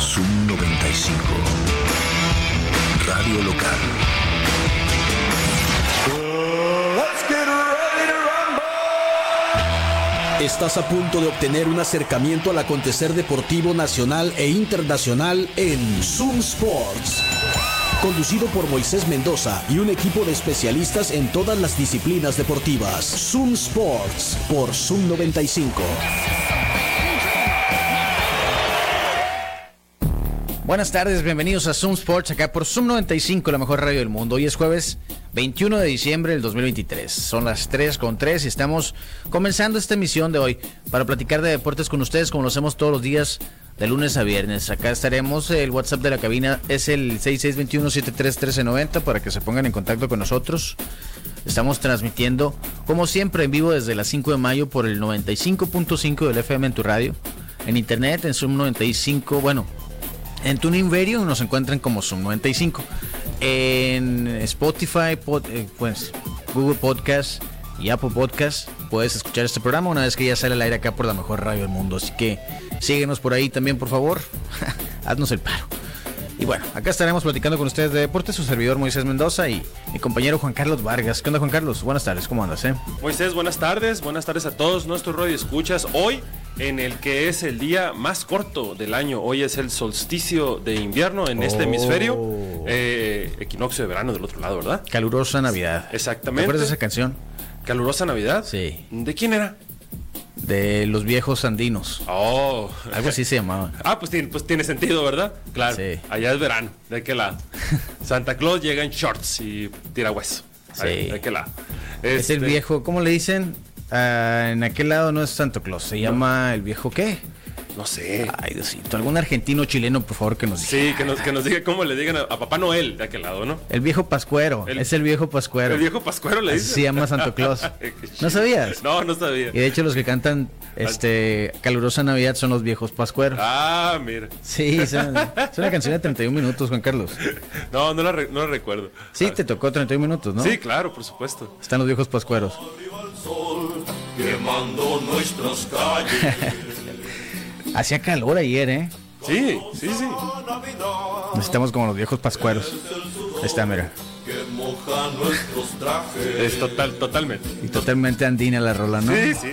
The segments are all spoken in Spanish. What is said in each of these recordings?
Zoom 95. Radio local. Estás a punto de obtener un acercamiento al acontecer deportivo nacional e internacional en Zoom Sports. Conducido por Moisés Mendoza y un equipo de especialistas en todas las disciplinas deportivas. Zoom Sports por Zoom 95. Buenas tardes, bienvenidos a Zoom Sports, acá por Zoom 95, la mejor radio del mundo. Hoy es jueves 21 de diciembre del 2023. Son las 3:03 y estamos comenzando esta emisión de hoy para platicar de deportes con ustedes como lo hacemos todos los días de lunes a viernes. Acá estaremos, el WhatsApp de la cabina es el 6621-731390 para que se pongan en contacto con nosotros. Estamos transmitiendo, como siempre, en vivo desde las 5 de mayo por el 95.5 del FM en tu radio. En internet, en Zoom 95, bueno, en TuneIn Radio nos encuentran como Zoom 95. En Spotify, pues Google Podcast y Apple Podcast puedes escuchar este programa una vez que ya sale al aire acá por la mejor radio del mundo. Así que síguenos por ahí también, por favor. Haznos el paro. Y bueno, acá estaremos platicando con ustedes de deportes, su servidor Moisés Mendoza y mi compañero Juan Carlos Vargas. ¿Qué onda, Juan Carlos? Buenas tardes, ¿cómo andas, Moisés, buenas tardes a todos nuestros radioescuchas. Hoy, en el que es el día más corto del año, hoy es el solsticio de invierno en este hemisferio, equinoccio de verano del otro lado, ¿verdad? Calurosa Navidad. Exactamente. ¿Te acuerdas de esa canción? ¿Calurosa Navidad? Sí. ¿De quién era? De los viejos andinos. Oh. Algo así se llamaba. Pues tiene sentido, ¿verdad? Claro. Sí. Allá es verano. ¿De qué lado? Santa Claus llega en shorts y tira hueso. Sí. ¿De qué lado? Es el viejo, ¿cómo le dicen? En aquel lado no es Santa Claus. Se llama el viejo ¿qué? No sé. Ay, Diosito. ¿Algún argentino o chileno, por favor, que nos diga? Sí, que nos diga cómo le digan a Papá Noel de aquel lado, ¿no? El viejo Pascuero. Es el viejo Pascuero. El viejo Pascuero le dice. Se llama Santa Claus. ¿No sabías? No sabía. Y de hecho los que cantan Calurosa Navidad son los viejos Pascueros. Ah, mira. Sí, es una canción de 31 minutos, Juan Carlos. No la recuerdo. Sí, te tocó 31 minutos, ¿no? Sí, claro, por supuesto. Están los viejos Pascueros. Quemando nuestras calles. Hacía calor ayer, Sí. Necesitamos como los viejos pascueros. Ahí está, mira. Que mojan nuestros trajes. Es totalmente. Y totalmente andina la rola, ¿no? Sí.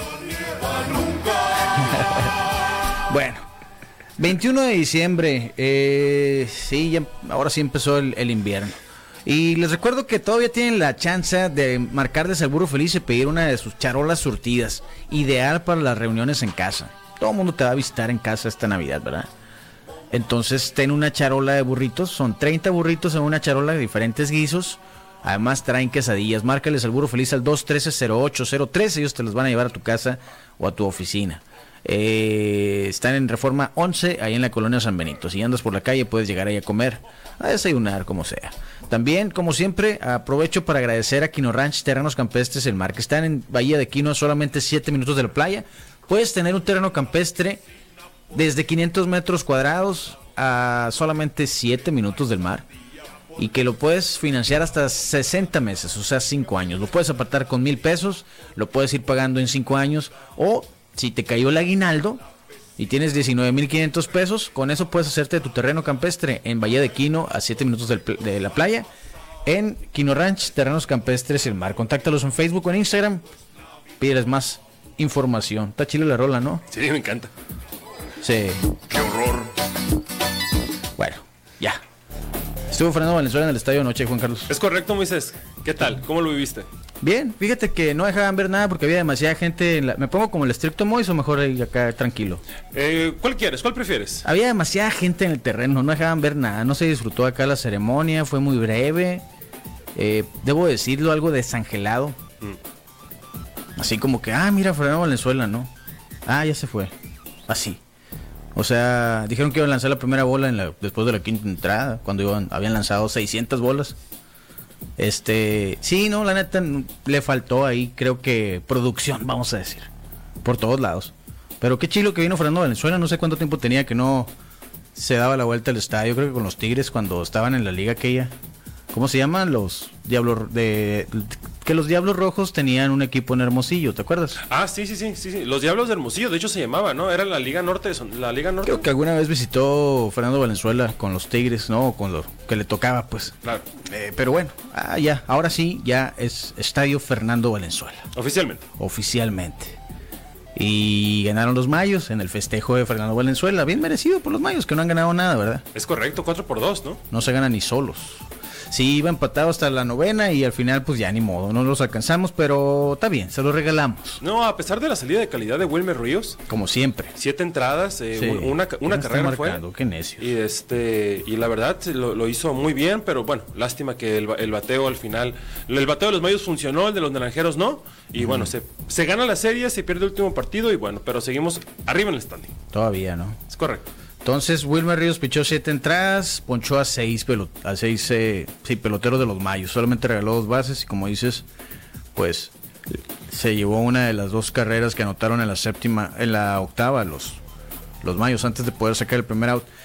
Bueno, 21 de diciembre. Sí, ahora sí empezó el invierno. Y les recuerdo que todavía tienen la chance de marcarles al Burro Feliz y pedir una de sus charolas surtidas. Ideal para las reuniones en casa. Todo el mundo te va a visitar en casa esta Navidad, ¿verdad? Entonces ten una charola de burritos. Son 30 burritos en una charola de diferentes guisos. Además traen quesadillas. Márcales al Burro Feliz al 213-0803. Ellos te los van a llevar a tu casa o a tu oficina. Están en Reforma 11, ahí en la colonia San Benito. Si andas por la calle puedes llegar ahí a comer, a desayunar, como sea. También, como siempre, aprovecho para agradecer a Quino Ranch Terrenos Campestres El Mar, que están en Bahía de Quino a solamente 7 minutos de la playa. Puedes tener un terreno campestre desde 500 metros cuadrados a solamente 7 minutos del mar. Y que lo puedes financiar hasta 60 meses, o sea 5 años. Lo puedes apartar con 1,000 pesos, lo puedes ir pagando en 5 años. O si te cayó el aguinaldo y tienes 19,500 pesos, con eso puedes hacerte tu terreno campestre en Bahía de Quino a 7 minutos de la playa. En Quino Ranch Terrenos Campestres El Mar. Contáctalos en Facebook o en Instagram. Pídeles más información. Está chile la rola, ¿no? Sí, me encanta. Sí. ¡Qué horror! Bueno, ya. Estuvo Fernando Valenzuela en el estadio anoche, Juan Carlos. Es correcto, Moisés. ¿Qué tal? ¿Cómo lo viviste? Bien, fíjate que no dejaban ver nada porque había demasiada gente. ¿Me pongo como el estricto Mois o mejor ahí acá tranquilo? ¿Cuál quieres? ¿Cuál prefieres? Había demasiada gente en el terreno, no dejaban ver nada. No se disfrutó acá la ceremonia, fue muy breve. Debo decirlo, algo desangelado. Así como que, mira, Fernando Valenzuela, ¿no? Ya se fue. Así. O sea, dijeron que iban a lanzar la primera bola después de la quinta entrada, cuando habían lanzado 600 bolas. Sí, no, la neta le faltó ahí, creo que producción, vamos a decir, por todos lados. Pero qué chilo que vino Fernando Valenzuela, no sé cuánto tiempo tenía que no se daba la vuelta al estadio, creo que con los Tigres cuando estaban en la liga aquella. ¿Cómo se llaman? Los Diablos de que los Diablos Rojos tenían un equipo en Hermosillo, ¿te acuerdas? Ah, sí. Los Diablos de Hermosillo, de hecho se llamaba, ¿no? Era la Liga Norte. Creo que alguna vez visitó Fernando Valenzuela con los Tigres, ¿no? Con lo que le tocaba, pues. Claro. Pero bueno, ahora sí, ya es Estadio Fernando Valenzuela. Oficialmente. Y ganaron los Mayos en el festejo de Fernando Valenzuela. Bien merecido por los Mayos, que no han ganado nada, ¿verdad? Es correcto, 4-2, ¿no? No se ganan ni solos. Sí, iba empatado hasta la 9ª y al final pues ya ni modo, no los alcanzamos, pero está bien, se los regalamos. No, a pesar de la salida de calidad de Wilmer Ríos. Como siempre. 7 entradas, una carrera fue. Qué necio. Y la verdad lo hizo muy bien, pero bueno, lástima que el bateo al final, el bateo de los Mayos funcionó, el de los Naranjeros no. Y bueno, se gana la serie, se pierde el último partido y bueno, pero seguimos arriba en el standing. Todavía, ¿no? Es correcto. Entonces Wilmer Ríos pichó 7 entradas, ponchó a 6 peloteros de los Mayos, solamente regaló 2 bases y como dices, pues se llevó una de las 2 carreras que anotaron en la octava los Mayos antes de poder sacar el primer out.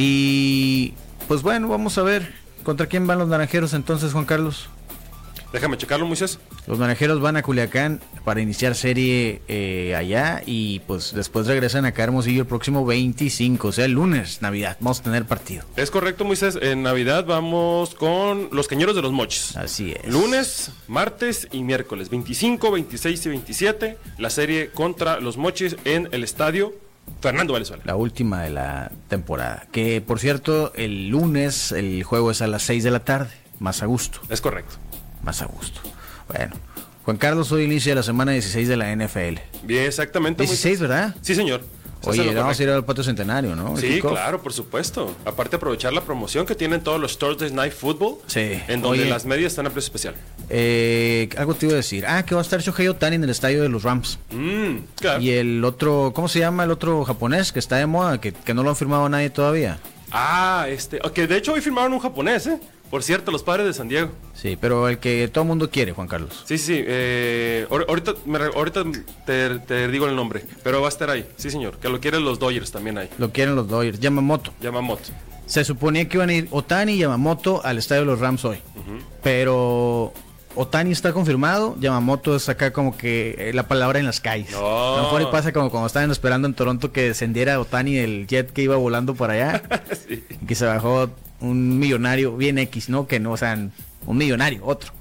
Y pues bueno, vamos a ver contra quién van los Naranjeros entonces, Juan Carlos. Déjame checarlo, Moisés. Los Naranjeros van a Culiacán para iniciar serie allá y pues después regresan acá a Hermosillo el próximo 25, o sea el lunes, Navidad, vamos a tener partido. Es correcto, Moisés, en Navidad vamos con los Cañeros de los Mochis. Así es. Lunes, martes y miércoles, 25, 26 y 27, la serie contra los Mochis en el estadio Fernando Valenzuela. La última de la temporada, que por cierto el lunes el juego es a las 6 de la tarde, más a gusto. Es correcto. Más a gusto. Bueno, Juan Carlos, hoy inicia la semana 16 de la NFL. Bien, exactamente. 16, ¿verdad? Sí, señor. Oye, vamos a ir al Patio Centenario, ¿no? Sí, claro, por supuesto. Aparte aprovechar la promoción que tienen todos los Thursday Night Football. Sí. En donde las medias están a precio especial. Algo te iba a decir. Que va a estar Shohei Ohtani en el estadio de los Rams. Claro. Y el otro, ¿cómo se llama el otro japonés que está de moda, que no lo han firmado nadie todavía? Que de hecho hoy firmaron un japonés, Por cierto, los Padres de San Diego. Sí, pero el que todo el mundo quiere, Juan Carlos. Sí. Ahorita te digo el nombre, pero va a estar ahí. Sí, señor. Que lo quieren los Dodgers también ahí. Lo quieren los Dodgers. Yamamoto. Se suponía que iban a ir Ohtani y Yamamoto al estadio de los Rams hoy. Pero Ohtani está confirmado. Yamamoto es acá como que la palabra en las calles. No. A lo mejor pasa como cuando estaban esperando en Toronto que descendiera Ohtani el jet que iba volando para allá. Sí. Y que se bajó un millonario bien X, ¿no? Que no, o sea, un millonario, otro.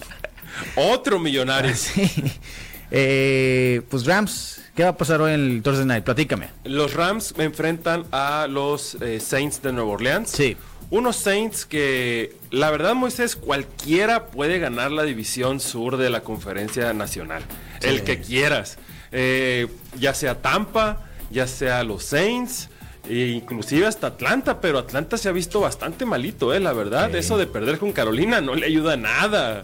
Otro millonario. Sí. Pues Rams, ¿qué va a pasar hoy en el Thursday Night? Platícame. Los Rams enfrentan a los Saints de Nueva Orleans. Sí. Unos Saints que, la verdad, Moisés, cualquiera puede ganar la división sur de la Conferencia Nacional. Sí. El que quieras. Ya sea Tampa, ya sea los Saints, inclusive hasta Atlanta, pero Atlanta se ha visto bastante malito, la verdad. Sí. Eso de perder con Carolina no le ayuda nada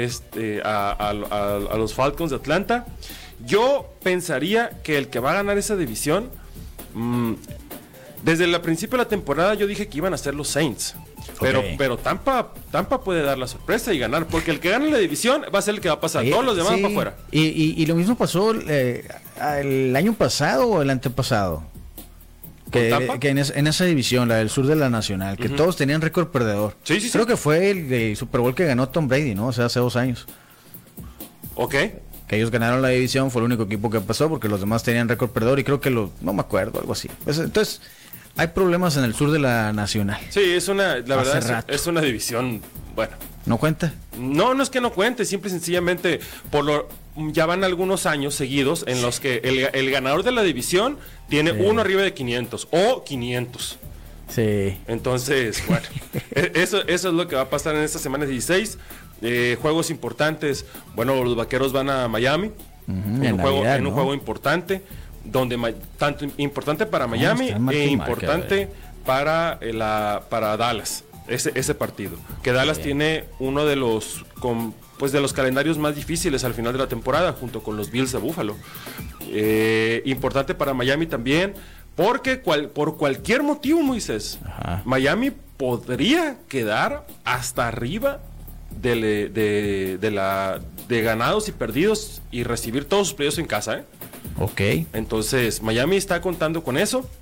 a los Falcons de Atlanta. Yo pensaría que el que va a ganar esa división, desde el principio de la temporada yo dije que iban a ser los Saints. Pero Tampa puede dar la sorpresa y ganar, porque el que gane la división va a ser el que va a pasar. Todos los demás para afuera. Y lo mismo pasó el año pasado o el antepasado. Que en esa división, la del sur de la Nacional, que todos tenían récord perdedor. Sí. Creo que fue el Super Bowl que ganó Tom Brady, ¿no? O sea, hace 2 años. Ok. Que ellos ganaron la división, fue el único equipo que pasó, porque los demás tenían récord perdedor y creo que no me acuerdo, algo así. Entonces, hay problemas en el sur de la Nacional. Sí, la verdad es una división, bueno. ¿No cuenta? No es que no cuente, simple y sencillamente ya van algunos años seguidos en los que el ganador de la división tiene uno arriba de 500 o 500. Sí. Entonces, bueno, eso es lo que va a pasar en esta semana 16. Juegos importantes. Bueno, los Vaqueros van a Miami en un juego importante, donde tanto importante para Miami e importante para Dallas. Ese partido. Que Dallas tiene uno de los calendarios más difíciles al final de la temporada, junto con los Bills de Buffalo. Importante para Miami también, porque por cualquier motivo, Moisés, Miami podría quedar hasta arriba de ganados y perdidos y recibir todos sus playoffs en casa. Ok. Entonces, Miami está contando con eso.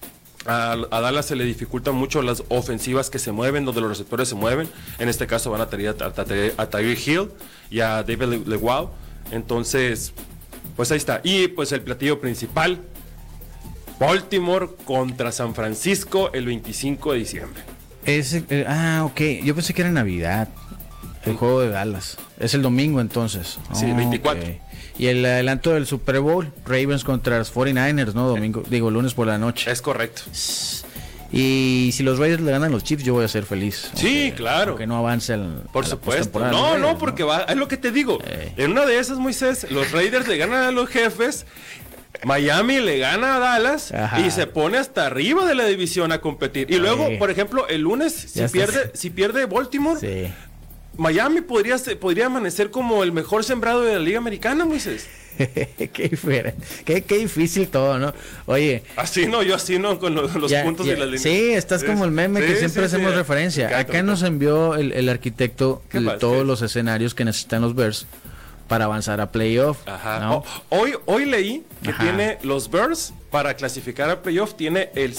A Dallas se le dificultan mucho las ofensivas que se mueven, donde los receptores se mueven. En este caso van a tener a Tyreek Hill y a David Leguau. Entonces, pues ahí está. Y pues el platillo principal, Baltimore contra San Francisco el 25 de diciembre. Ok. Yo pensé que era Navidad. El juego de Dallas. Es el domingo entonces. Sí, el 24. Okay. Y el adelanto del Super Bowl, Ravens contra los 49ers, ¿no? Lunes por la noche. Es correcto. Y si los Raiders le ganan a los Chiefs, yo voy a ser feliz. Sí, claro. Aunque no avance por supuesto. No, porque es lo que te digo. En una de esas, Moisés, los Raiders le ganan a los Jefes, Miami le gana a Dallas. Ajá. Y se pone hasta arriba de la división a competir. Y luego, por ejemplo, el lunes, si pierde Baltimore, sí, Miami podría amanecer como el mejor sembrado de la Liga Americana, Moisés. Qué difícil todo, ¿no? Oye. Yo así no, con los puntos y las líneas. Sí, estás como el meme que siempre hacemos referencia. Acá nos envió el arquitecto todos los escenarios que necesitan los Bears para avanzar a playoff. Ajá. ¿No? Hoy leí que tiene los Bears para clasificar a playoff, tiene el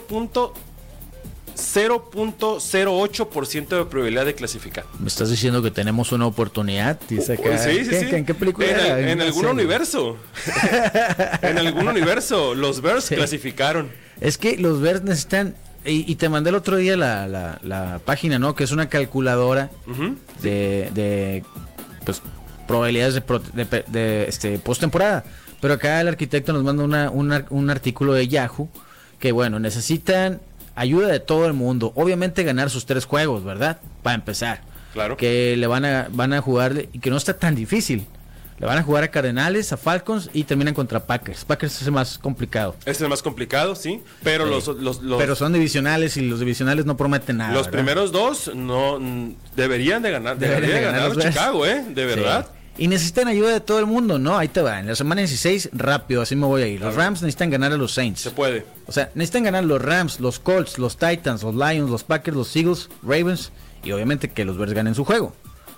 0.08% de probabilidad de clasificar. ¿Me estás diciendo que tenemos una oportunidad? Dice acá. Sí. ¿En qué película era? En algún universo. En algún universo los Bears clasificaron. Es que los Bears necesitan, y te mandé el otro día la página, ¿no? Que es una calculadora de pues probabilidades de postemporada. Pero acá el arquitecto nos manda un artículo de Yahoo que, bueno, necesitan ayuda de todo el mundo. Obviamente ganar sus 3 juegos, ¿verdad? Para empezar. Claro. Que le van a jugar, y que no está tan difícil. Le van a jugar a Cardenales, a Falcons y terminan contra Packers. Packers es el más complicado. Es el más complicado, sí. Pero sí. Pero son divisionales y los divisionales no prometen nada. Los primeros 2 no deberían de ganar. Deberían de ganar los Chicago, de verdad. Sí. Y necesitan ayuda de todo el mundo, ¿no? Ahí te va. En la semana 16, rápido, así me voy a ir. Los Rams necesitan ganar a los Saints. Se puede. O sea, necesitan ganar los Rams, los Colts, los Titans, los Lions, los Packers, los Eagles, Ravens y obviamente que los Bears ganen su juego.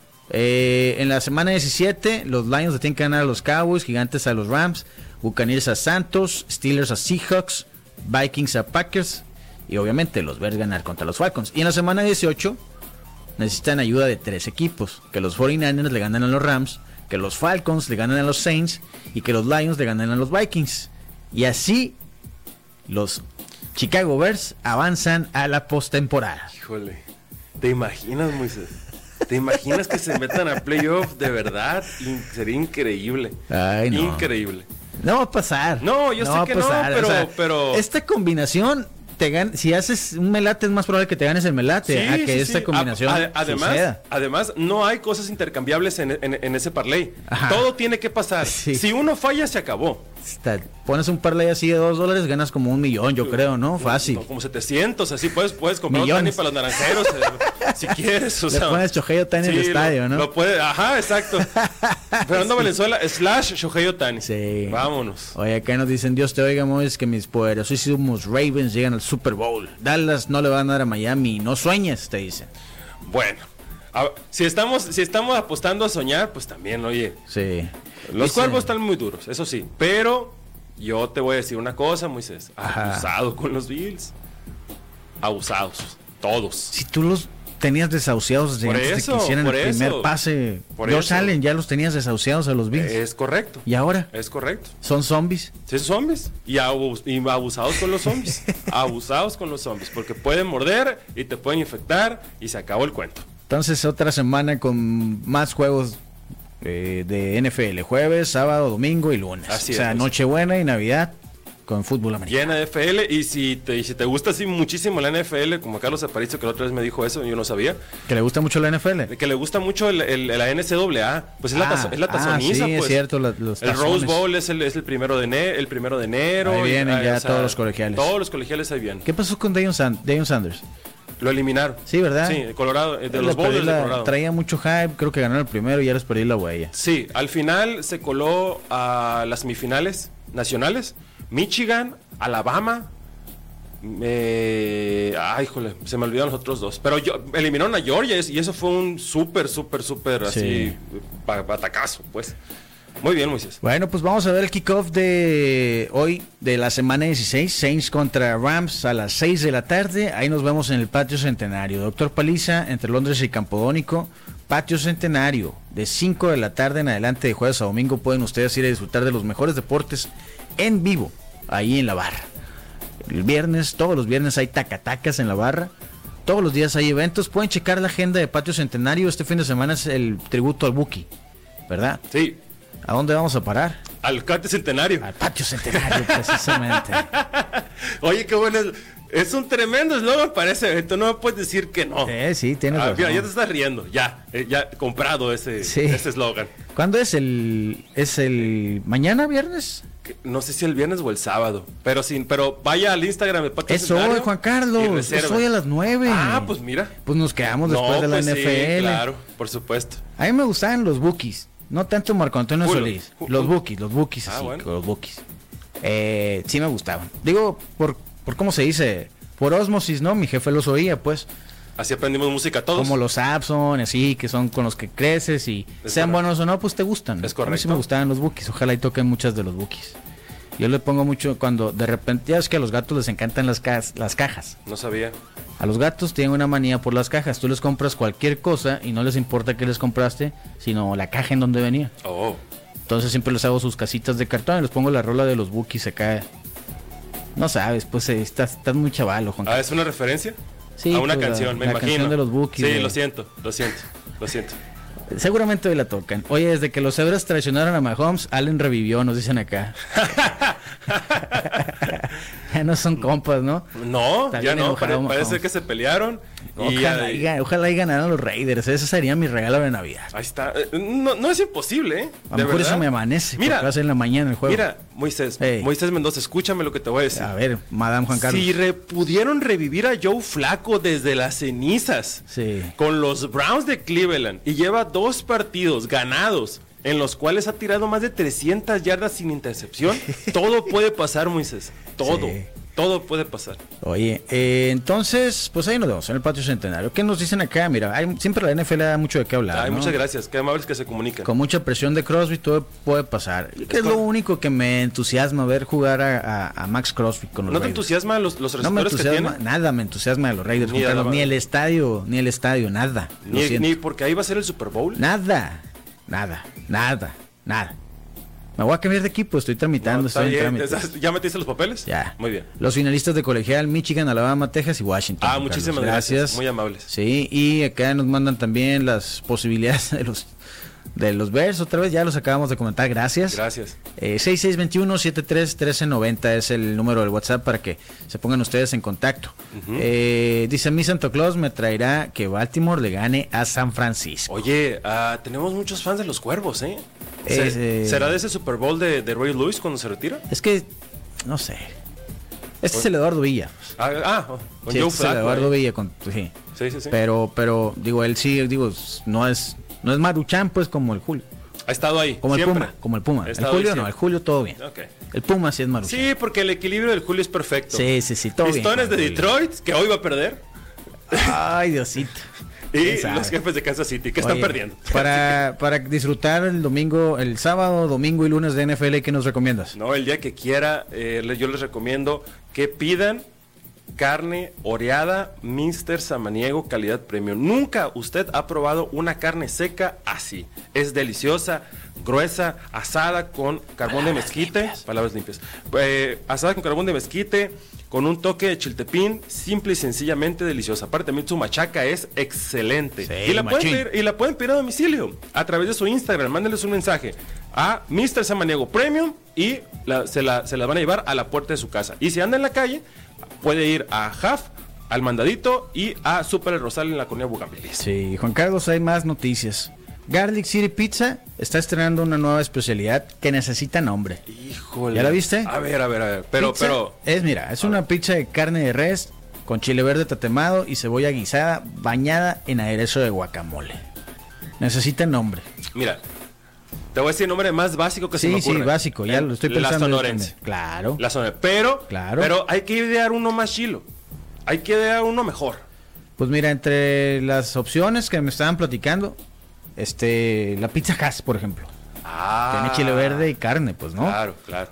En la semana 17, los Lions le tienen que ganar a los Cowboys, Gigantes a los Rams, Buccaneers a Santos, Steelers a Seahawks, Vikings a Packers y obviamente los Bears ganar contra los Falcons. Y en la semana 18 necesitan ayuda de 3 equipos, que los 49ers le ganen a los Rams, que los Falcons le ganen a los Saints y que los Lions le ganen a los Vikings. Y así los Chicago Bears avanzan a la postemporada. Híjole, ¿te imaginas, Moisés? ¿Te imaginas que se metan a playoff de verdad? Sería increíble. Ay, no. Increíble. No va a pasar. No, yo sé que no, pero esta combinación si haces un melate es más probable que te ganes el melate que esta combinación además no hay cosas intercambiables en ese parlay. Ajá. Todo tiene que pasar. Sí. Si uno falla se acabó. Pones un parlay así de $2, ganas como $1,000,000, yo creo, ¿no? Fácil. Como 700, así puedes comprar un tenis para los naranjeros si quieres. Le pones Shohei Ohtani en el estadio, ¿no? Lo puede, exacto. Fernando Valenzuela / Shohei Ohtani. Sí. Vámonos. Oye, acá nos dicen, Dios te oiga, Mois, que mis poderosísimos Ravens llegan al Super Bowl. Dallas no le van a dar a Miami. No sueñes, te dicen. Bueno, si estamos apostando a soñar, pues también, oye. Sí. Los Cuervos están muy duros, eso sí. Pero yo te voy a decir una cosa, Moisés. Abusado con los Bills. Abusados. Todos. Si tú los tenías desahuciados desde antes de que hicieran el primer pase. Josh Allen ya los tenías desahuciados a los Bills. Es correcto. ¿Y ahora? Es correcto. ¿Son zombies? Sí, son zombies. Y abusados con los zombies. Abusados con los zombies. Porque pueden morder y te pueden infectar y se acabó el cuento. Entonces otra semana con más juegos de NFL. Jueves, sábado, domingo y lunes. Así o sea, es. Nochebuena y Navidad con fútbol americano. Llena de NFL. Y si te gusta así muchísimo la NFL, como Carlos Aparicio, que la otra vez me dijo eso, yo no sabía. ¿Que le gusta mucho la NFL? Que le gusta mucho la NCAA. Pues es la tazoniza, sí, pues. Es cierto, los el Rose Bowl es el primero de enero. Ahí vienen ya todos los colegiales. Todos los colegiales ahí vienen. ¿Qué pasó con Deion Sanders? Lo eliminaron. Sí, ¿verdad? Sí, Colorado, de los Bowls de Colorado. Traía mucho hype, creo que ganó el primero y ya les perdí la huella. Sí, al final se coló a las semifinales nacionales. Michigan, Alabama. Híjole, se me olvidaron los otros dos. Pero eliminaron a Georgia y eso fue un súper así batacazo, pues. Muy bien, Moisés. Bueno, pues vamos a ver el kickoff de hoy, de la semana 16, Saints contra Rams a las 6 de la tarde. Ahí nos vemos en el Patio Centenario. Doctor Paliza, entre Londres y Campodónico. Patio Centenario, de 5 de la tarde en adelante, de jueves a domingo, pueden ustedes ir a disfrutar de los mejores deportes en vivo, ahí en la barra. El viernes, todos los viernes hay tacatacas en la barra. Todos los días hay eventos. Pueden checar la agenda de Patio Centenario. Este fin de semana es el tributo al Buki, ¿verdad? Sí. ¿A dónde vamos a parar? Al Patio Centenario. Al Patio Centenario, precisamente. Oye, qué bueno. Es un tremendo eslogan para ese evento. No me puedes decir que no. Sí, tienes razón. Mira, ya te estás riendo. Ya comprado ese eslogan. ¿Cuándo es el mañana, viernes? No sé si el viernes o el sábado. Pero vaya al Instagram de Patio Centenario. Es hoy, Juan Carlos. Es hoy a las 9. Ah, pues mira. Pues nos quedamos después de la NFL. Sí, claro, por supuesto. A mí me gustaban los Bookies. No tanto Marco Antonio Solís. Los Bookies, así, bueno. Los Bookies. Sí me gustaban. Digo, por cómo se dice, por ósmosis, ¿no? Mi jefe los oía, pues. Así aprendimos música todos. Como los Abson, así, que son con los que creces y sean buenos o no, pues te gustan. Es correcto. A mí sí me gustaban los Bookies. Ojalá y toquen muchas de los Bookies. Yo le pongo mucho cuando de repente, ya es que a los gatos les encantan las cajas. No sabía. A los gatos tienen una manía por las cajas. Tú les compras cualquier cosa y no les importa qué les compraste, sino la caja en donde venía. Oh. Entonces siempre les hago sus casitas de cartón y les pongo la rola de los Bookies acá. No sabes, pues estás muy chavalo, Juan. ¿Es una referencia? Sí. A una canción, me imagino. La canción de los Bookies. Sí, lo siento. Seguramente hoy la tocan. Oye, desde que los Zebras traicionaron a Mahomes, Allen revivió, nos dicen acá. Ya no son compas, ¿no? No, ya no, parece que se pelearon. Ojalá y ganaran los Raiders. Ese sería mi regalo de Navidad. Ahí está. No es imposible, ¿eh? A lo mejor eso me amanece. Mira, va a ser en la mañana el juego. Mira, Moisés Mendoza, escúchame lo que te voy a decir. A ver, Madame Juan Carlos. Si pudieron revivir a Joe Flacco desde las cenizas, con los Browns de Cleveland, y lleva 2 partidos ganados, en los cuales ha tirado más de 300 yardas sin intercepción, todo puede pasar, Moisés. Todo puede pasar. Oye, entonces, pues ahí nos vemos en el Patio Centenario. ¿Qué nos dicen acá? Mira, siempre la NFL da mucho de qué hablar, ¿no? Muchas gracias, qué amables que se comunican. Con mucha presión de Crosby todo puede pasar. ¿Qué es lo único que me entusiasma ver jugar a Max Crosby con los Raiders? ¿No te entusiasma los receptores que tiene? Nada me entusiasma de los Raiders, ni el estadio, nada. Ni porque ahí va a ser el Super Bowl. Nada. Me voy a cambiar de equipo, estoy tramitando. ¿Ya metiste los papeles? Ya. Muy bien. Los finalistas de colegial, Michigan, Alabama, Texas y Washington. Muchísimas gracias. Muy amables. Sí, y acá nos mandan también las posibilidades de los Bears, otra vez, ya los acabamos de comentar, gracias. 6621-731390 es el número del WhatsApp para que se pongan ustedes en contacto. Dice, mi Santa Claus me traerá que Baltimore le gane a San Francisco. Oye, tenemos muchos fans de los Cuervos, ¿eh? ¿Será de ese Super Bowl de Ray Lewis cuando se retira? Es que, no sé. Este es el Eduardo Villa. Con sí, Joe Flacco. El Eduardo Villa, sí. Sí. Pero, digo, él sí, no es Maruchan, pues, como el Julio. Ha estado ahí, como siempre. El Puma. El Julio no, el Julio todo bien. Okay. El Puma sí es Maruchan. Sí, porque el equilibrio del Julio es perfecto. Sí, todo Pistones de Detroit, que hoy va a perder. Ay, Diosito. Y los Jefes de Kansas City, que están perdiendo. Para disfrutar el sábado, domingo y lunes de NFL, ¿qué nos recomiendas? No, el día que quiera, yo les recomiendo que pidan carne oreada Mr. Samaniego calidad premium. Nunca usted ha probado una carne seca así. Es deliciosa, gruesa, asada con carbón de mezquite. Palabras limpias. Asada con carbón de mezquite, con un toque de chiltepín, simple y sencillamente deliciosa. Aparte también su machaca es excelente. Sí, y la pueden pedir a domicilio a través de su Instagram. Mándenles un mensaje a Mr. Samaniego Premium y se la van a llevar a la puerta de su casa. Y si anda en la calle, puede ir a Jaf, al Mandadito y a Super El Rosal en la colonia Bugambilis. Sí, Juan Carlos, hay más noticias. Garlic City Pizza está estrenando una nueva especialidad que necesita nombre. Híjole. ¿Ya la viste? A ver. Pero es una pizza de carne de res con chile verde tatemado y cebolla guisada bañada en aderezo de guacamole. Necesita nombre. Mira, te voy a decir el nombre más básico que se me ocurre. Sí, básico, ya lo estoy pensando. La Sonorense. Claro. La Sonorense. Pero hay que idear uno más chilo. Hay que idear uno mejor. Pues mira, entre las opciones que me estaban platicando, la Pizza Hass, por ejemplo. Tiene chile verde y carne, pues, ¿no? Claro, claro.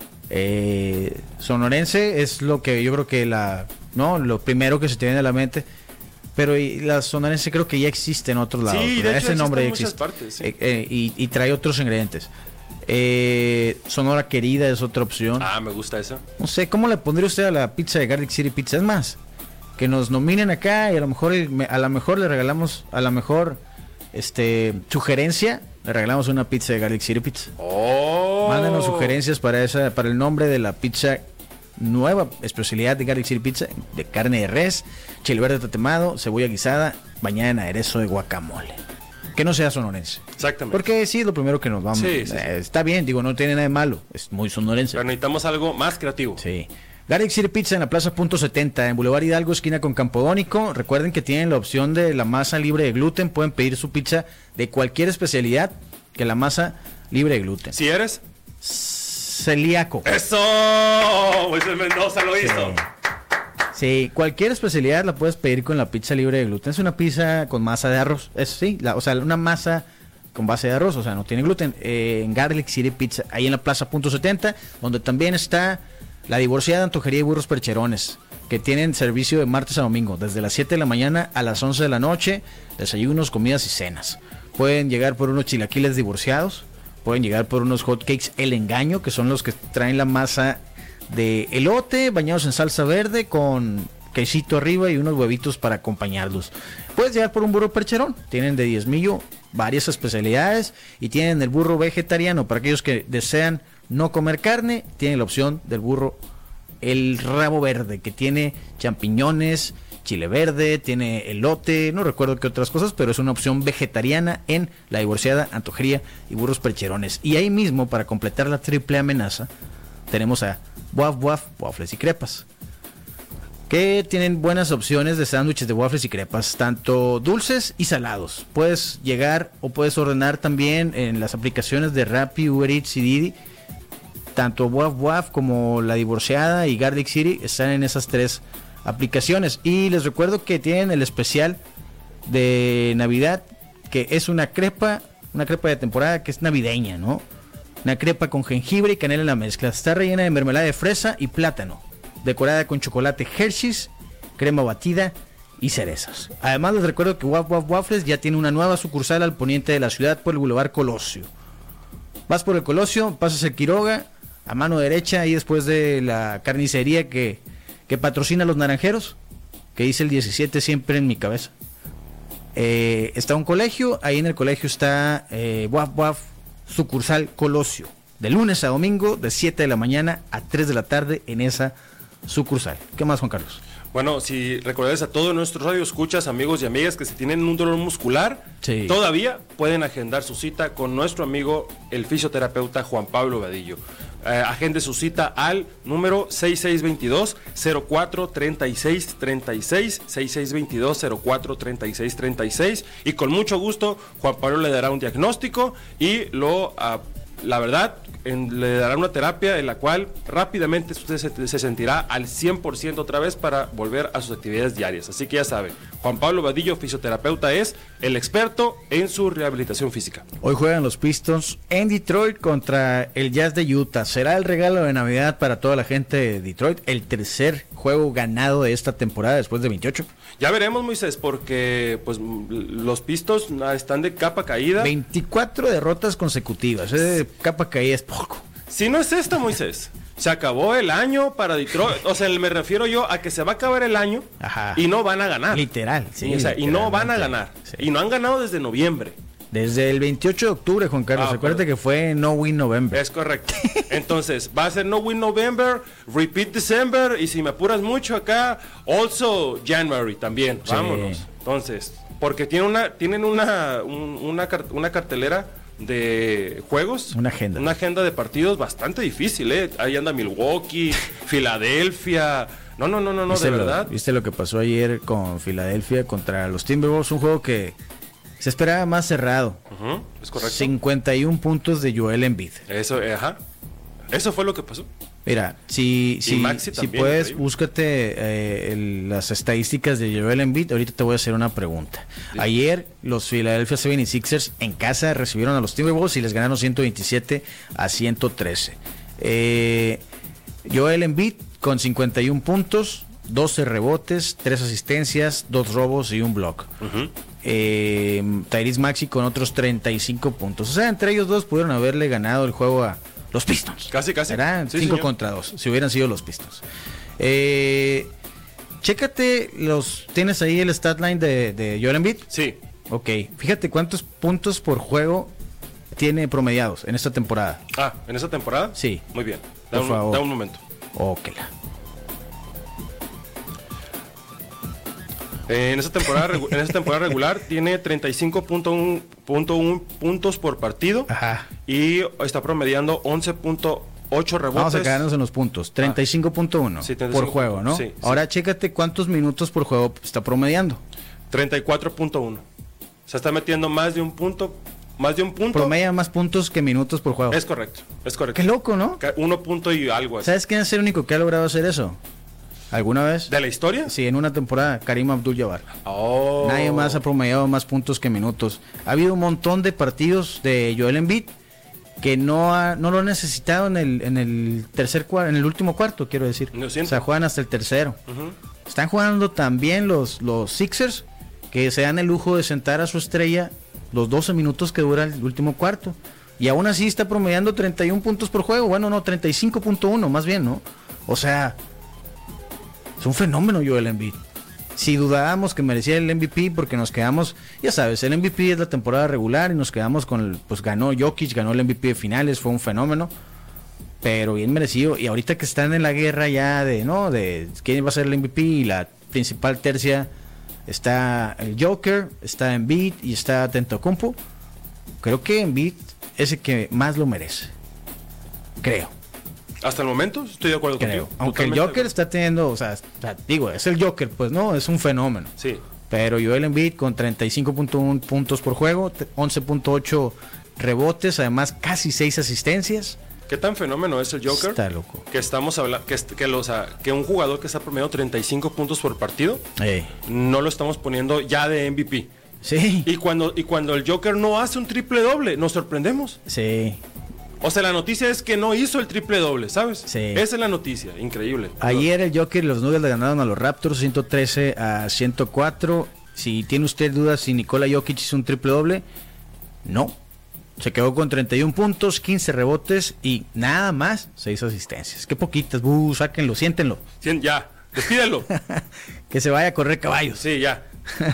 Sonorense es lo que yo creo que lo primero que se te viene a la mente. Pero la sonorense creo que ya existe en otros lados. Sí, de hecho ese nombre en existe. muchas partes, sí. Y trae otros ingredientes. Sonora querida es otra opción. Me gusta eso. No sé, ¿cómo le pondría usted a la pizza de Garlic City Pizza? Es más, que nos nominen acá y a lo mejor le regalamos, a la mejor sugerencia, le regalamos una pizza de Garlic City Pizza. Mándenos sugerencias para el nombre de la pizza nueva especialidad de Garlic City Pizza, de carne de res, chile verde tatemado, cebolla guisada, bañada en aderezo de guacamole. Que no sea sonorense. Exactamente. Porque sí es lo primero que nos vamos. Sí. Está bien, digo, no tiene nada de malo. Es muy sonorense. Pero necesitamos algo más creativo. Sí. Garlic City Pizza en la Plaza Punto 70, en Boulevard Hidalgo, esquina con Campodónico. Recuerden que tienen la opción de la masa libre de gluten. Pueden pedir su pizza de cualquier especialidad que la masa libre de gluten. ¿Si eres? Celíaco. ¡Eso! Moisés Mendoza lo hizo. Sí, cualquier especialidad la puedes pedir con la pizza libre de gluten. Es una pizza con masa de arroz. Eso sí, una masa con base de arroz, o sea, no tiene gluten. En Garlic City Pizza, ahí en la Plaza Punto 70, donde también está la divorciada Antojería y Burros Percherones, que tienen servicio de martes a domingo, desde las 7 de la mañana a las 11 de la noche, desayunos, comidas y cenas. Pueden llegar por unos chilaquiles divorciados, pueden llegar por unos hotcakes El Engaño, que son los que traen la masa de elote bañados en salsa verde con quesito arriba y unos huevitos para acompañarlos. Puedes llegar por un burro percherón, tienen de diezmillo varias especialidades y tienen el burro vegetariano para aquellos que desean no comer carne. Tienen la opción del burro el rabo verde, que tiene champiñones, chile verde, tiene elote, no recuerdo qué otras cosas, pero es una opción vegetariana en la divorciada Antojería y Burros Percherones. Y ahí mismo, para completar la triple amenaza, tenemos a Waf Waf, waffles y crepas, que tienen buenas opciones de sándwiches de waffles y crepas, tanto dulces y salados. Puedes llegar o puedes ordenar también en las aplicaciones de Rappi, Uber Eats y Didi. Tanto Waf Waf como la divorciada y Garlic City están en esas tres aplicaciones. Y les recuerdo que tienen el especial de Navidad, que es una crepa de temporada que es navideña, ¿no? Una crepa con jengibre y canela en la mezcla. Está rellena de mermelada de fresa y plátano, decorada con chocolate Hershey's, crema batida y cerezas. Además les recuerdo que Waf Waf Waffles ya tiene una nueva sucursal al poniente de la ciudad por el Boulevard Colosio. Vas por el Colosio, pasas el Quiroga, a mano derecha, y después de la carnicería que patrocina a los naranjeros, que dice el 17 siempre en mi cabeza. Está un colegio, ahí en el colegio está Waf Waf sucursal Colosio, de lunes a domingo, de 7 de la mañana a 3 de la tarde en esa sucursal. ¿Qué más, Juan Carlos? Bueno, si recordáis a todos nuestros radioescuchas, amigos y amigas, que si tienen un dolor muscular, sí, todavía pueden agendar su cita con nuestro amigo, el fisioterapeuta Juan Pablo Vadillo. Agende su cita al número 6622-043636, 6622-043636, y con mucho gusto Juan Pablo le dará un diagnóstico y la verdad, le dará una terapia en la cual rápidamente usted se sentirá al 100% otra vez para volver a sus actividades diarias. Así que ya saben, Juan Pablo Vadillo, fisioterapeuta, es el experto en su rehabilitación física. Hoy juegan los Pistons en Detroit contra el Jazz de Utah. Será el regalo de Navidad para toda la gente de Detroit, el tercer juego ganado de esta temporada después de 28. Ya veremos, Moisés, porque pues los Pistons están de capa caída. 24 derrotas consecutivas, capa caída es poco. Si no es esta, Moisés, se acabó el año para Detroit. O sea, me refiero yo a que se va a acabar el año. Ajá. Y no van a ganar. Literal, sí. O sea, y no van a ganar. Sí. Y no han ganado desde noviembre. Desde el 28 de octubre, Juan Carlos. Acuérdate que fue No Win November. Es correcto. Entonces, va a ser No Win November, Repeat December, y si me apuras mucho acá, Also January también. Sí. Vámonos. Entonces, porque tienen una cartelera de juegos, una agenda de partidos bastante difícil, Ahí anda Milwaukee, Filadelfia. No, de verdad. ¿Viste lo que pasó ayer con Filadelfia contra los Timberwolves? Un juego que se esperaba más cerrado. Es correcto. 51 puntos de Joel Embiid. Eso fue lo que pasó. Mira, si Maxey también, puedes, increíble. búscate las estadísticas de Joel Embiid. Ahorita te voy a hacer una pregunta. Sí. Ayer los Philadelphia 76ers en casa recibieron a los Timberwolves y les ganaron 127-113. Joel Embiid con 51 puntos, 12 rebotes, 3 asistencias, 2 robos y un block. Ujú. Tyrese Maxey con otros 35 puntos. O sea, entre ellos dos pudieron haberle ganado el juego a los Pistons. Casi. Eran Sí, 5 señor. contra 2, si hubieran sido los Pistons. Chécate, ¿tienes ahí el stat line de Joel Embiid? Sí. Ok, fíjate cuántos puntos por juego tiene promediados en esta temporada. ¿En esa temporada? Sí. Muy bien. Por favor. Da un momento. Óquela. En esta temporada regular tiene 35.1 puntos por partido. Ajá. Y está promediando 11.8 rebotes. Vamos a quedarnos en los puntos. 35.1 Sí, 35 por juego, ¿no? sí, sí. Ahora chécate cuántos minutos por juego está promediando. 34.1. Se está metiendo más de un punto. Promedia más puntos que minutos por juego. Es correcto. Qué loco, ¿no? 1 punto y algo así. ¿Sabes quién es el único que ha logrado hacer eso? ¿Alguna vez? ¿De la historia? Sí, en una temporada, Karim Abdul-Jabbar. Oh. Nadie más ha promediado más puntos que minutos. Ha habido un montón de partidos de Joel Embiid que no lo han necesitado en el último cuarto, quiero decir. Lo siento. O sea, juegan hasta el tercero. Ujú. Están jugando también los Sixers, que se dan el lujo de sentar a su estrella los 12 minutos que dura el último cuarto. Y aún así está promediando 31 puntos por juego. Bueno, no, 35.1 más bien, ¿no? O sea, es un fenómeno Joel Embiid. Si dudábamos que merecía el MVP porque nos quedamos, ya sabes, el MVP es la temporada regular y nos quedamos con pues ganó Jokic, ganó el MVP de finales, fue un fenómeno, pero bien merecido. Y ahorita que están en la guerra ya de quién va a ser el MVP y la principal tercia, está el Joker, está Embiid y está Antetokounmpo. Creo que Embiid es el que más lo merece. Creo. Hasta el momento estoy de acuerdo Creo. contigo. Aunque el Totalmente Joker de está teniendo, o sea, digo, es el Joker, pues no, es un fenómeno. acuerdo. Sí. Pero Joel Embiid con 35.1 puntos por juego, 11.8 rebotes, además casi 6 asistencias. ¿Qué tan fenómeno es el Joker? Está loco. Que estamos hablando que un jugador que está promediando 35 puntos por partido no lo estamos poniendo ya de MVP. Sí, Y cuando el Joker no hace un triple doble, nos sorprendemos. sí. O sea, la noticia es que no hizo el triple doble, ¿sabes? Sí. Esa es la noticia, increíble. Ayer el Joker y los Nuggets le ganaron a los Raptors 113-104. Si tiene usted dudas si Nikola Jokic hizo un triple doble, no. Se quedó con 31 puntos, 15 rebotes y nada más 6 asistencias. Qué poquitas, sáquenlo, siéntenlo. Ya, despídelo. Que se vaya a correr caballos. Sí, ya.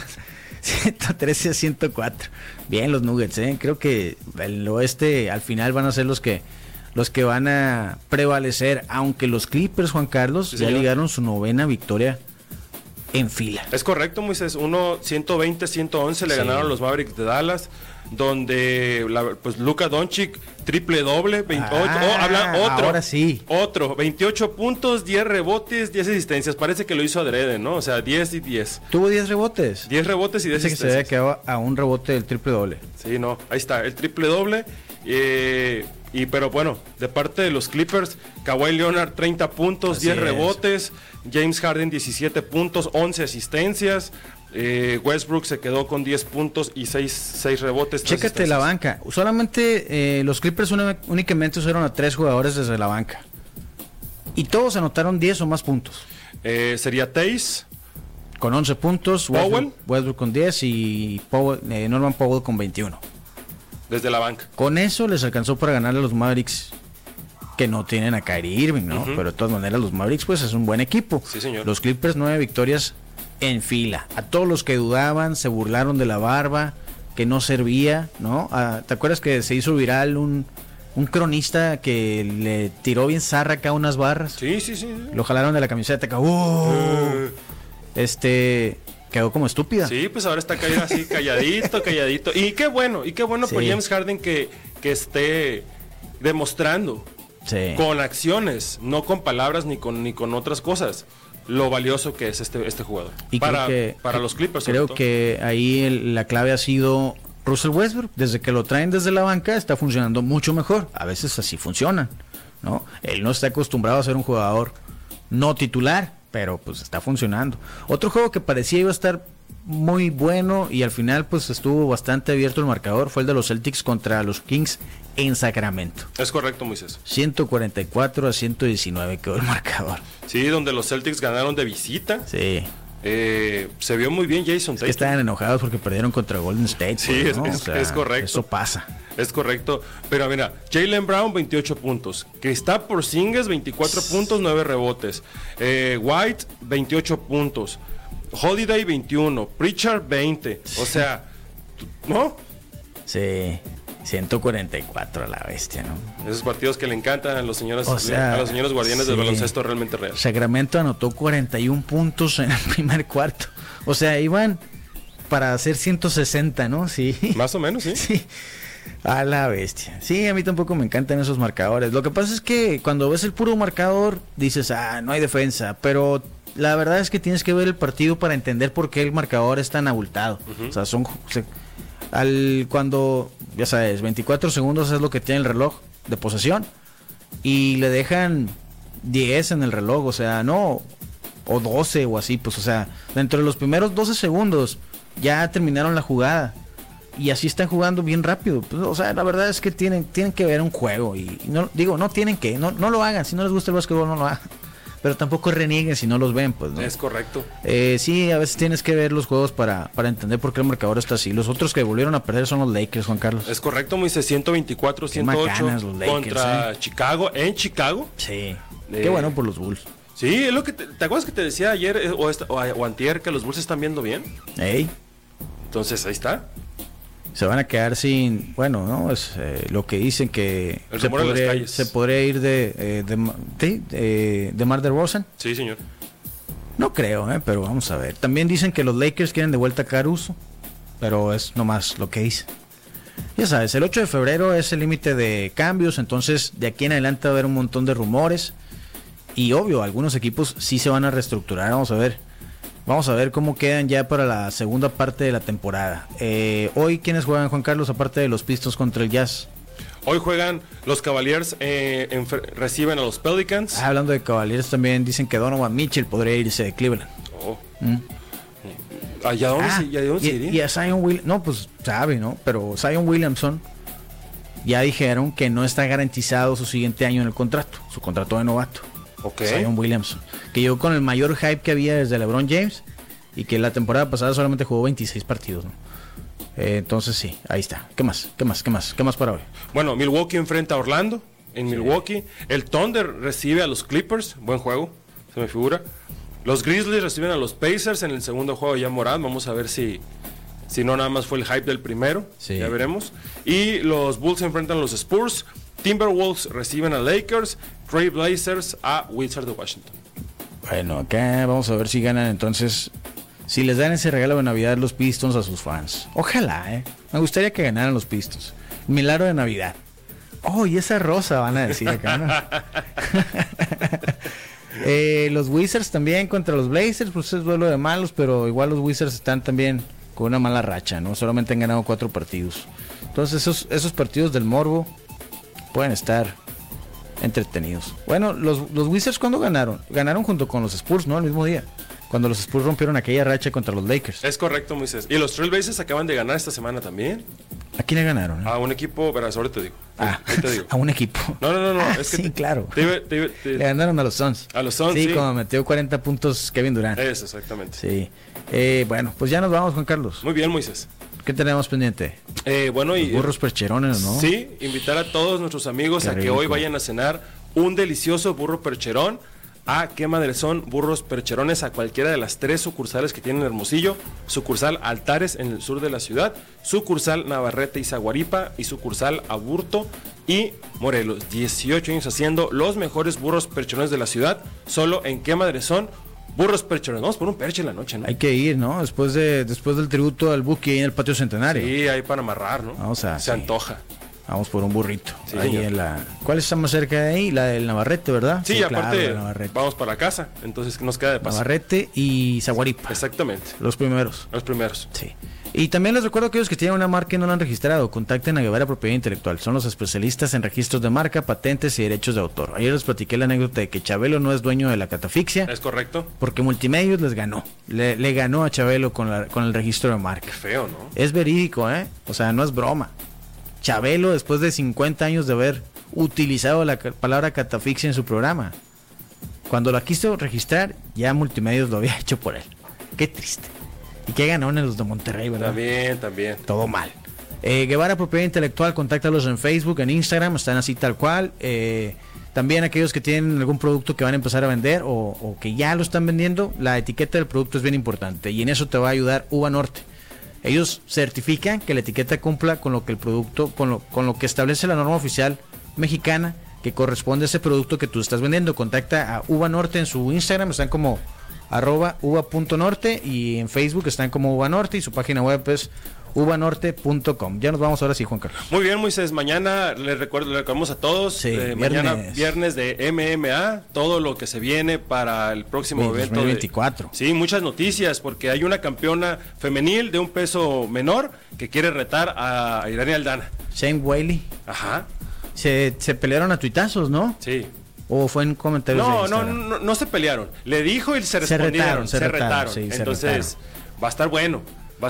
113-104. Bien los Nuggets, creo que el oeste al final van a ser los que van a prevalecer, aunque los Clippers, Juan Carlos, Sí, ya señor. ligaron su 9ª victoria en fila. Es correcto, Moisés. 120-111 le Sí. ganaron los Mavericks de Dallas, donde pues Luka Doncic triple doble, 28. Ahora sí. Otro, 28 puntos, 10 rebotes, 10 asistencias. Parece que lo hizo adrede, ¿no? O sea, 10 y 10. Tuvo 10 rebotes. 10 rebotes y 10 Dice que se había asistencias. quedado a un rebote del triple doble. Sí, no, ahí está, el triple doble. Pero bueno, de parte de los Clippers, Kawhi Leonard 30 puntos, Así 10 es. rebotes, James Harden 17 puntos, 11 asistencias, Westbrook se quedó con 10 puntos y 6 rebotes. 3 Chécate la asistencias. banca. Solamente los Clippers únicamente usaron a 3 jugadores desde la banca. Y todos anotaron 10 o más puntos. Sería Tays, Con 11 puntos, Powell. Westbrook con 10 y Norman Powell con 21. desde la banca. Con eso les alcanzó para ganarle a los Mavericks, que no tienen a Kyrie Irving, ¿no? Ujú. Pero de todas maneras los Mavericks pues es un buen equipo. Sí, señor. Los Clippers 9 victorias en fila. A todos los que dudaban, se burlaron de la barba, que no servía, ¿no? ¿Te acuerdas que se hizo viral un cronista que le tiró bien zarra acá unas barras? Sí, sí, sí. Lo jalaron de la camiseta acá. Quedó como estúpida. Sí, pues ahora está caído así, calladito. Y qué bueno por Sí. James Harden que esté demostrando Sí. con acciones, no con palabras ni con otras cosas, lo valioso que es este jugador. Y para creo los Clippers. sobre Creo todo. que ahí la clave ha sido Russell Westbrook. Desde que lo traen desde la banca está funcionando mucho mejor. A veces así funcionan. ¿no? Él no está acostumbrado a ser un jugador no titular, pero pues está funcionando. Otro juego que parecía iba a estar muy bueno y al final pues estuvo bastante abierto el marcador fue el de los Celtics contra los Kings en Sacramento. Es correcto, Moisés. 144-119 quedó el marcador. Sí, donde los Celtics ganaron de visita. Sí. Se vio muy bien Jason Tatum. Que estaban enojados porque perdieron contra Golden State. Sí, pues, ¿no? es correcto. Eso pasa. Es correcto. Pero mira, Jaylen Brown 28 puntos. Kristaps Porzingis 24 puntos, 9 rebotes. White 28 puntos. Holiday 21. Pritchard 20. O sea, ¿no? Sí. 144 a la bestia, ¿no? Esos partidos que le encantan a los señores, O sea, a los señores guardianes sí. del baloncesto realmente real. Sacramento anotó 41 puntos en el primer cuarto. O sea, iban para hacer 160, ¿no? Sí. Más o menos, sí. Sí. A la bestia. Sí, a mí tampoco me encantan esos marcadores. Lo que pasa es que cuando ves el puro marcador, dices, no hay defensa. Pero la verdad es que tienes que ver el partido para entender por qué el marcador es tan abultado. O sea, cuando, ya sabes, 24 segundos es lo que tiene el reloj de posesión. Y le dejan 10 en el reloj, o sea, no, o 12 o así, pues, o sea, dentro de los primeros 12 segundos ya terminaron la jugada. Y así están jugando bien rápido. Pues, o sea, la verdad es que tienen que ver un juego. Y no tienen que, no lo hagan. Si no les gusta el básquetbol, no lo hagan. Pero tampoco renieguen si no los ven, pues, ¿no? Es correcto. Sí, a veces tienes que ver los juegos para entender por qué el marcador está así. Los otros que volvieron a perder son los Lakers, Juan Carlos. Es correcto, Moisés. 124, 108 los Lakers, contra Chicago. En Chicago. Sí. Qué bueno por los Bulls. Sí, es lo que ¿te acuerdas que te decía ayer o antier que los Bulls están viendo bien? Ey. Entonces, ahí está. Se van a quedar sin, bueno, ¿no? Es lo que dicen que se podría ir de DeMar DeRozan. Sí, señor. No creo, pero vamos a ver. También dicen que los Lakers quieren de vuelta a Caruso, pero es nomás lo que dicen. Ya sabes, el 8 de febrero es el límite de cambios, entonces de aquí en adelante va a haber un montón de rumores. Y obvio, algunos equipos sí se van a reestructurar, vamos a ver. Vamos a ver cómo quedan ya para la segunda parte de la temporada. Hoy, ¿quiénes juegan, Juan Carlos, aparte de los Pistons contra el Jazz? Hoy juegan los Cavaliers, reciben a los Pelicans. Hablando de Cavaliers, también dicen que Donovan Mitchell podría irse de Cleveland. ¿Allá dónde se iría? Y a Zion Williamson, no, pues sabe, ¿no? Pero Zion Williamson ya dijeron que no está garantizado su siguiente año en el contrato, su contrato de novato. Ok. Zion Williamson, que llegó con el mayor hype que había desde LeBron James y que la temporada pasada solamente jugó 26 partidos, ¿no? Entonces sí, ahí está. ¿Qué más para hoy? Bueno, Milwaukee enfrenta a Orlando en Milwaukee. El Thunder recibe a los Clippers, buen juego, se me figura. Los Grizzlies reciben a los Pacers en el segundo juego ya Morán. Vamos a ver si no nada más fue el hype del primero, ya veremos. Y los Bulls enfrentan a los Spurs. Timberwolves reciben a Lakers, Trail Blazers a Wizards de Washington. Bueno, acá vamos a ver si ganan entonces, si les dan ese regalo de Navidad los Pistons a sus fans. Ojalá, me gustaría que ganaran los Pistons. Milagro de Navidad. Oh, y esa rosa van a decir acá, ¿no? Los Wizards también contra los Blazers, pues es duelo de malos, pero igual los Wizards están también con una mala racha, ¿no? Solamente han ganado 4 partidos. Entonces esos partidos del morbo pueden estar entretenidos. Bueno, los Wizards, ¿cuándo ganaron? Ganaron junto con los Spurs, ¿no? El mismo día, cuando los Spurs rompieron aquella racha contra los Lakers. Es correcto, Moisés. Y los Trailblazers acaban de ganar esta semana también. ¿A quién le ganaron? A un equipo, verás, ahora te digo. Te digo. A un equipo. No. Es que sí, claro. Le ganaron a los Suns. A los Suns, sí. Como metió 40 puntos Kevin Durant. Eso, exactamente. Sí. Bueno, pues ya nos vamos, Juan Carlos. Muy bien, Moisés. ¿Qué tenemos pendiente? Bueno, los burros percherones, ¿no? Sí, invitar a todos nuestros amigos a que hoy vayan a cenar un delicioso burro percherón a Qué Madre Son Burros Percherones, a cualquiera de las 3 sucursales que tienen Hermosillo, sucursal Altares en el sur de la ciudad, sucursal Navarrete y Zaguaripa y sucursal Aburto y Morelos. 18 años haciendo los mejores burros percherones de la ciudad, solo en Qué Madre Son Burros Percherones. Vamos por un perche en la noche, ¿no? Hay que ir, ¿no? Después del tributo al Buki ahí en el patio Centenario. Sí, ahí para amarrar, ¿no? Vamos a, Se antoja. Vamos por un burrito. Sí, ahí en ¿cuál está más cerca de ahí? La del Navarrete, ¿verdad? Sí, aparte claro, vamos para casa, entonces nos queda de paso. Navarrete y Zaguaripa. Exactamente. Los primeros. Los primeros. Sí. Y también les recuerdo a aquellos que tienen una marca y no la han registrado, contacten a Guevara Propiedad Intelectual. Son los especialistas en registros de marca, patentes y derechos de autor. Ayer les platiqué la anécdota de que Chabelo no es dueño de la catafixia. ¿Es correcto? Porque Multimedios les ganó. Le ganó a Chabelo con el registro de marca. Qué feo, ¿no? Es verídico, ¿eh? O sea, no es broma. Chabelo, después de 50 años de haber utilizado la palabra catafixia en su programa, cuando la quiso registrar, ya Multimedios lo había hecho por él. Qué triste. Y qué ganaron en los de Monterrey, ¿verdad? También. Todo mal. Guevara Propiedad Intelectual, contáctalos en Facebook, en Instagram, están así tal cual. También aquellos que tienen algún producto que van a empezar a vender o que ya lo están vendiendo, la etiqueta del producto es bien importante y en eso te va a ayudar Uva Norte. Ellos certifican que la etiqueta cumpla con lo que el producto, con lo que establece la norma oficial mexicana que corresponde a ese producto que tú estás vendiendo. Contacta a Uva Norte en su Instagram, están como @uva.norte y en Facebook están como Uva Norte y su página web es uvanorte.com. Ya nos vamos ahora sí, Juan Carlos. Muy bien, Moisés, mañana le recordamos a todos, sí, mañana viernes de MMA, todo lo que se viene para el próximo evento 2024. Sí, muchas noticias, porque hay una campeona femenil de un peso menor que quiere retar a Irani Aldana. Shane Bailey. Ajá. Se pelearon a tuitazos, ¿no? Sí. ¿O fue en comentarios de Instagram? No se pelearon. Le dijo y se respondieron. Se retaron. Sí, entonces, va a estar bueno.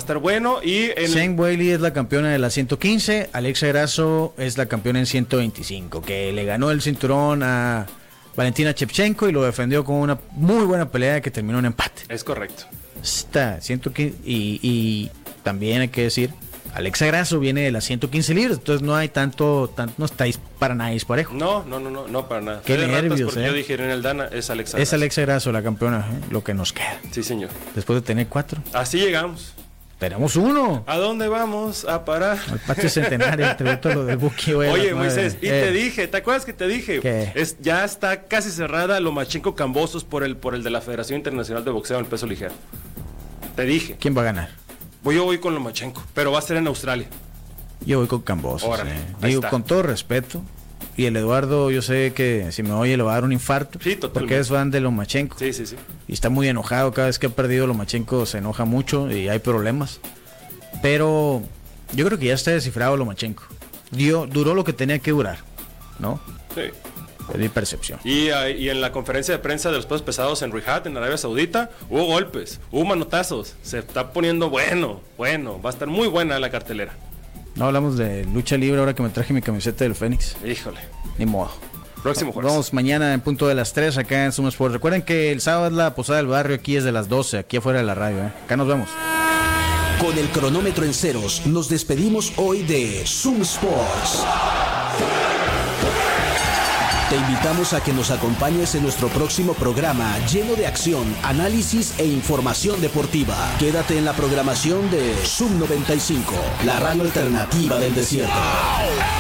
Y Shane Bailey es la campeona de la 115, Alexa Grasso es la campeona en 125, que le ganó el cinturón a Valentina Shevchenko y lo defendió con una muy buena pelea que terminó en empate. Es correcto. Está 115 y también hay que decir, Alexa Grasso viene de las 115 libras, entonces no hay tanto no estáis para nada disparejo. No, para nada. Qué nervios, Yo dije Irani Aldana, es Alexa Grasso. Es Alexa Grasso la campeona, lo que nos queda. Sí, señor. Después de tener 4. Así llegamos. Tenemos 1. ¿A dónde vamos a parar? Al patio centenario, tributo lo del Buki. Oye, Moisés, y te dije, ¿te acuerdas que te dije? ¿Qué? Ya está casi cerrada Lomachenko Kambosos por el de la Federación Internacional de Boxeo en el peso ligero. Te dije. ¿Quién va a ganar? Yo voy con Lomachenko, pero va a ser en Australia. Yo voy con Kambosos. Órale, Digo, con todo respeto. Y el Eduardo, yo sé que si me oye le va a dar un infarto. Sí, totalmente. Porque es fan de Lomachenko. Sí. Y está muy enojado. Cada vez que ha perdido Lomachenko se enoja mucho y hay problemas. Pero yo creo que ya está descifrado Lomachenko. Duró lo que tenía que durar, ¿no? Sí. Es mi percepción. Y en la conferencia de prensa de los pesos pesados en Riyadh, en Arabia Saudita, hubo golpes, hubo manotazos. Se está poniendo bueno. Va a estar muy buena la cartelera. No hablamos de lucha libre ahora que me traje mi camiseta del Fénix. Híjole. Ni modo. Próximo jueves. Vamos mañana en punto de las 3 acá en Zoom Sports. Recuerden que el sábado es la posada del barrio, aquí es de las 12, aquí afuera de la radio. Acá nos vemos. Con el cronómetro en ceros, nos despedimos hoy de Zoom Sports. Te invitamos a que nos acompañes en nuestro próximo programa lleno de acción, análisis e información deportiva. Quédate en la programación de Zoom 95, la radio alternativa del desierto.